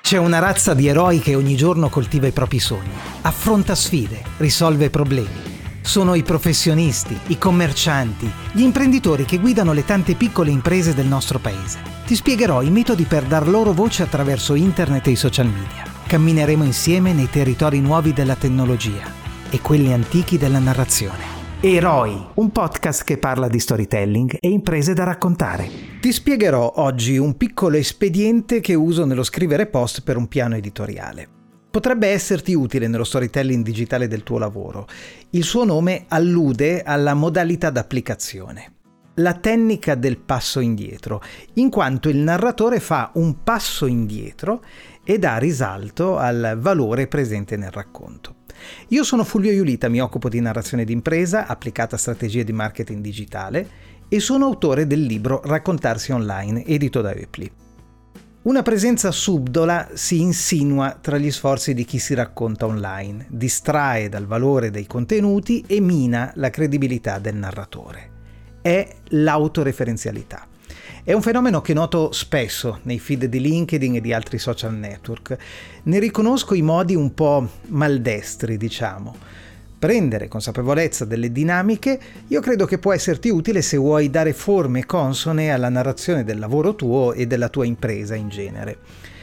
C'è una razza di eroi che ogni giorno coltiva i propri sogni, affronta sfide, risolve problemi. Sono i professionisti, i commercianti, gli imprenditori che guidano le tante piccole imprese del nostro paese. Ti spiegherò i metodi per dar loro voce attraverso internet e i social media. Cammineremo insieme nei territori nuovi della tecnologia e quelli antichi della narrazione. Eroi, un podcast che parla di storytelling e imprese da raccontare. Ti spiegherò oggi un piccolo espediente che uso nello scrivere post per un piano editoriale. Potrebbe esserti utile nello storytelling digitale del tuo lavoro. Il suo nome allude alla modalità d'applicazione. La tecnica del passo indietro, in quanto il narratore fa un passo indietro e dà risalto al valore presente nel racconto. Io sono Fulvio Iulita, mi occupo di narrazione d'impresa applicata a strategie di marketing digitale e sono autore del libro Raccontarsi online, edito da Hoepli. Una presenza subdola si insinua tra gli sforzi di chi si racconta online, distrae dal valore dei contenuti e mina la credibilità del narratore. È l'autoreferenzialità. È un fenomeno che noto spesso nei feed di LinkedIn e di altri social network. Ne riconosco i modi un po' maldestri, diciamo. Prendere consapevolezza delle dinamiche, io credo che può esserti utile se vuoi dare forme consone alla narrazione del lavoro tuo e della tua impresa in genere.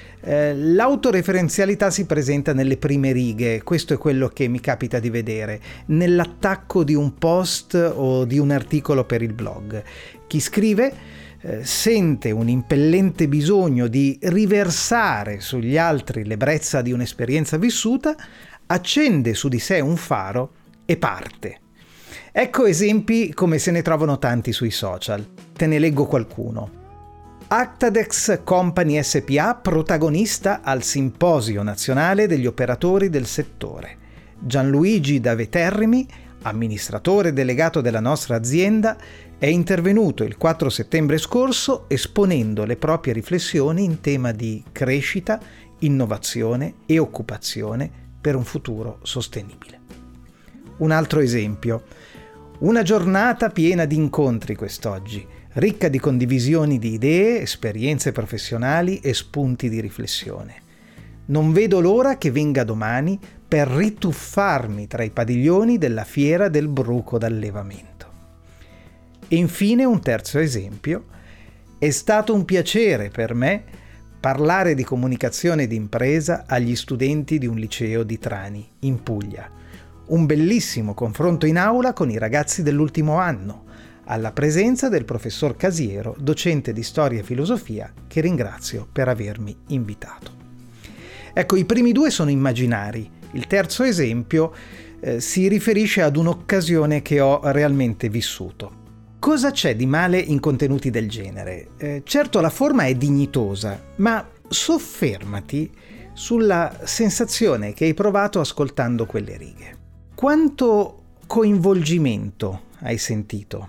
L'autoreferenzialità si presenta nelle prime righe, questo è quello che mi capita di vedere, nell'attacco di un post o di un articolo per il blog. Chi scrive sente un impellente bisogno di riversare sugli altri l'ebbrezza di un'esperienza vissuta, accende su di sé un faro e parte. Ecco esempi come se ne trovano tanti sui social. Te ne leggo qualcuno. Actadex Company SPA protagonista al Simposio Nazionale degli Operatori del Settore. Gianluigi Daveterrimi, amministratore delegato della nostra azienda, è intervenuto il 4 settembre scorso esponendo le proprie riflessioni in tema di crescita, innovazione e occupazione per un futuro sostenibile. Un altro esempio. Una giornata piena di incontri quest'oggi, ricca di condivisioni di idee, esperienze professionali e spunti di riflessione. Non vedo l'ora che venga domani per rituffarmi tra i padiglioni della fiera del bruco d'allevamento. E infine un terzo esempio. È stato un piacere per me parlare di comunicazione d'impresa agli studenti di un liceo di Trani, in Puglia. Un bellissimo confronto in aula con i ragazzi dell'ultimo anno, alla presenza del professor Casiero, docente di storia e filosofia, che ringrazio per avermi invitato. Ecco, i primi due sono immaginari. Il terzo esempio si riferisce ad un'occasione che ho realmente vissuto. Cosa c'è di male in contenuti del genere? Certo, la forma è dignitosa, ma soffermati sulla sensazione che hai provato ascoltando quelle righe. Quanto coinvolgimento hai sentito?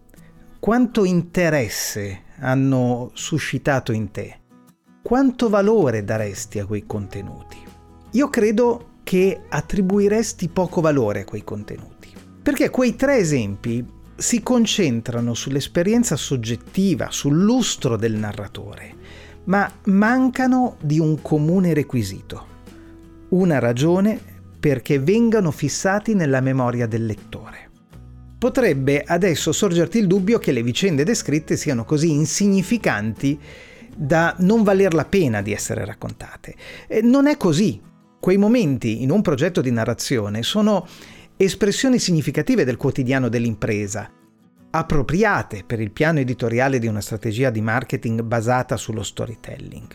Quanto interesse hanno suscitato in te? Quanto valore daresti a quei contenuti? Io credo che attribuiresti poco valore a quei contenuti, perché quei tre esempi si concentrano sull'esperienza soggettiva, sul lustro del narratore, ma mancano di un comune requisito, una ragione perché vengano fissati nella memoria del lettore. Potrebbe adesso sorgerti il dubbio che le vicende descritte siano così insignificanti da non valer la pena di essere raccontate. Non è così. Quei momenti in un progetto di narrazione sono espressioni significative del quotidiano dell'impresa, appropriate per il piano editoriale di una strategia di marketing basata sullo storytelling.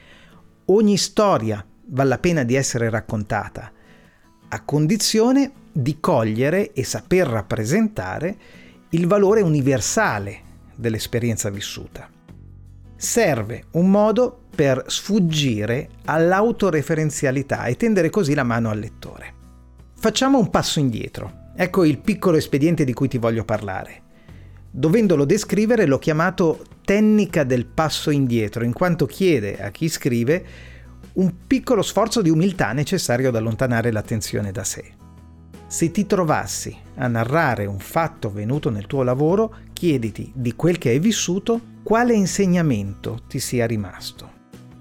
Ogni storia vale la pena di essere raccontata, a condizione di cogliere e saper rappresentare il valore universale dell'esperienza vissuta. Serve un modo per sfuggire all'autoreferenzialità e tendere così la mano al lettore. Facciamo un passo indietro. Ecco il piccolo espediente di cui ti voglio parlare. Dovendolo descrivere l'ho chiamato tecnica del passo indietro, in quanto chiede a chi scrive un piccolo sforzo di umiltà necessario ad allontanare l'attenzione da sé. Se ti trovassi a narrare un fatto avvenuto nel tuo lavoro, chiediti di quel che hai vissuto quale insegnamento ti sia rimasto.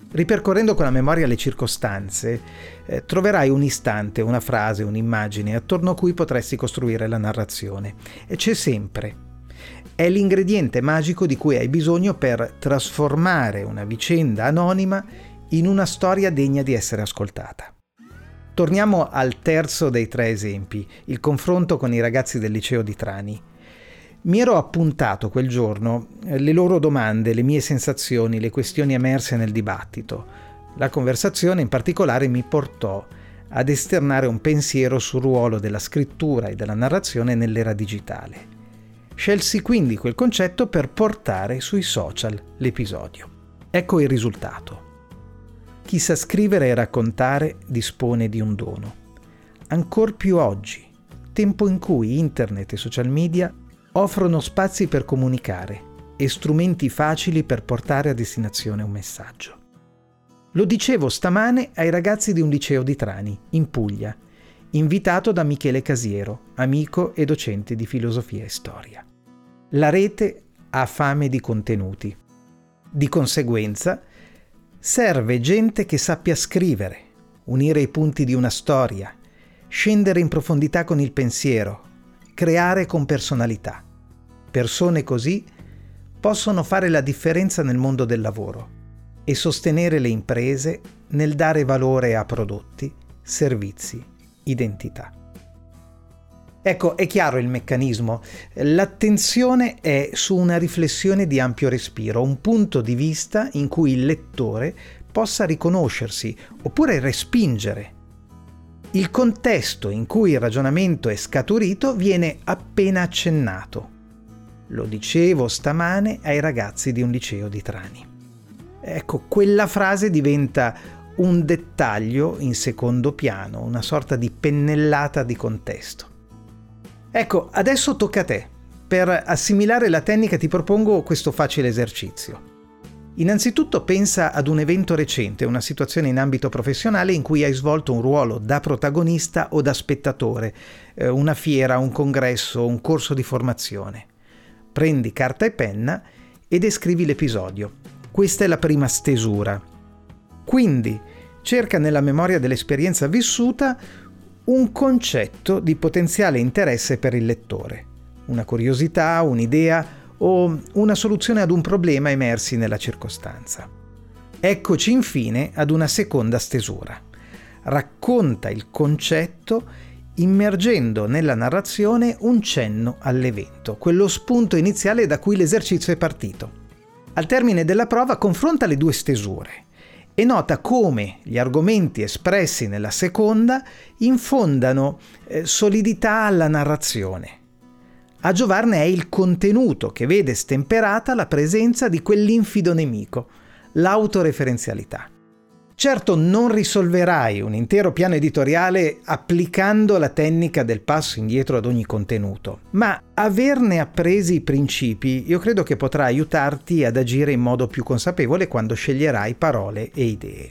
Ripercorrendo con la memoria le circostanze, troverai un istante, una frase, un'immagine attorno a cui potresti costruire la narrazione. E c'è sempre. È l'ingrediente magico di cui hai bisogno per trasformare una vicenda anonima in una storia degna di essere ascoltata. Torniamo al terzo dei 3 esempi, il confronto con i ragazzi del liceo di Trani. Mi ero appuntato quel giorno le loro domande, le mie sensazioni, le questioni emerse nel dibattito. La conversazione in particolare mi portò ad esternare un pensiero sul ruolo della scrittura e della narrazione nell'era digitale. Scelsi quindi quel concetto per portare sui social l'episodio. Ecco il risultato. Chi sa scrivere e raccontare dispone di un dono. Ancor più oggi, tempo in cui internet e social media offrono spazi per comunicare e strumenti facili per portare a destinazione un messaggio. Lo dicevo stamane ai ragazzi di un liceo di Trani, in Puglia, invitato da Michele Casiero, amico e docente di filosofia e storia. La rete ha fame di contenuti. Di conseguenza, serve gente che sappia scrivere, unire i punti di una storia, scendere in profondità con il pensiero, creare con personalità. Persone così possono fare la differenza nel mondo del lavoro e sostenere le imprese nel dare valore a prodotti, servizi, identità. Ecco, è chiaro il meccanismo. L'attenzione è su una riflessione di ampio respiro, un punto di vista in cui il lettore possa riconoscersi oppure respingere. Il contesto in cui il ragionamento è scaturito viene appena accennato. Lo dicevo stamane ai ragazzi di un liceo di Trani. Ecco, quella frase diventa un dettaglio in secondo piano, una sorta di pennellata di contesto. Ecco, adesso tocca a te. Per assimilare la tecnica ti propongo questo facile esercizio. Innanzitutto pensa ad un evento recente, una situazione in ambito professionale in cui hai svolto un ruolo da protagonista o da spettatore, una fiera, un congresso, un corso di formazione. Prendi carta e penna e descrivi l'episodio. Questa è la prima stesura. Quindi cerca nella memoria dell'esperienza vissuta un concetto di potenziale interesse per il lettore, una curiosità, un'idea o una soluzione ad un problema emersi nella circostanza. Eccoci infine ad una seconda stesura. Racconta il concetto immergendo nella narrazione un cenno all'evento, quello spunto iniziale da cui l'esercizio è partito. Al termine della prova confronta le 2 stesure e nota come gli argomenti espressi nella seconda infondano solidità alla narrazione. A giovarne è il contenuto che vede stemperata la presenza di quell'infido nemico, l'autoreferenzialità. Certo, non risolverai un intero piano editoriale applicando la tecnica del passo indietro ad ogni contenuto, ma averne appresi i principi io credo che potrà aiutarti ad agire in modo più consapevole quando sceglierai parole e idee.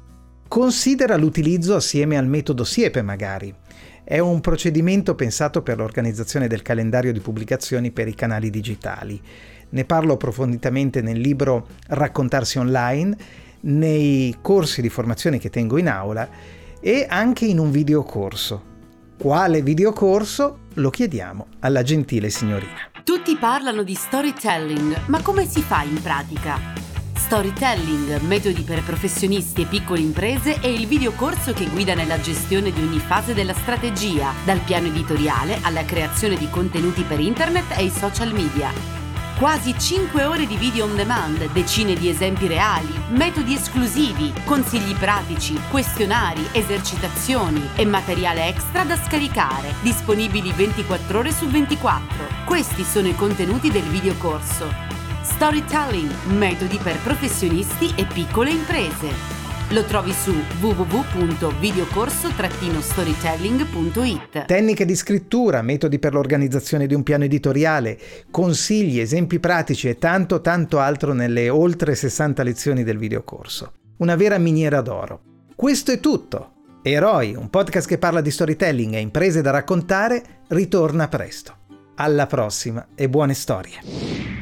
Considera l'utilizzo assieme al metodo Siepe magari. È un procedimento pensato per l'organizzazione del calendario di pubblicazioni per i canali digitali. Ne parlo approfonditamente nel libro Raccontarsi online, nei corsi di formazione che tengo in aula e anche in un videocorso. Quale videocorso? Lo chiediamo alla gentile signorina. Tutti parlano di storytelling, ma come si fa in pratica? Storytelling, metodi per professionisti e piccole imprese è il videocorso che guida nella gestione di ogni fase della strategia, dal piano editoriale alla creazione di contenuti per internet e i social media. Quasi 5 ore di video on demand, decine di esempi reali, metodi esclusivi, consigli pratici, questionari, esercitazioni e materiale extra da scaricare, disponibili 24 ore su 24. Questi sono i contenuti del videocorso. Storytelling, metodi per professionisti e piccole imprese. Lo trovi su www.videocorso-storytelling.it. Tecniche di scrittura, metodi per l'organizzazione di un piano editoriale, consigli, esempi pratici e tanto altro nelle oltre 60 lezioni del videocorso. Una vera miniera d'oro. Questo è tutto. Eroi, un podcast che parla di storytelling e imprese da raccontare, ritorna presto. Alla prossima e buone storie.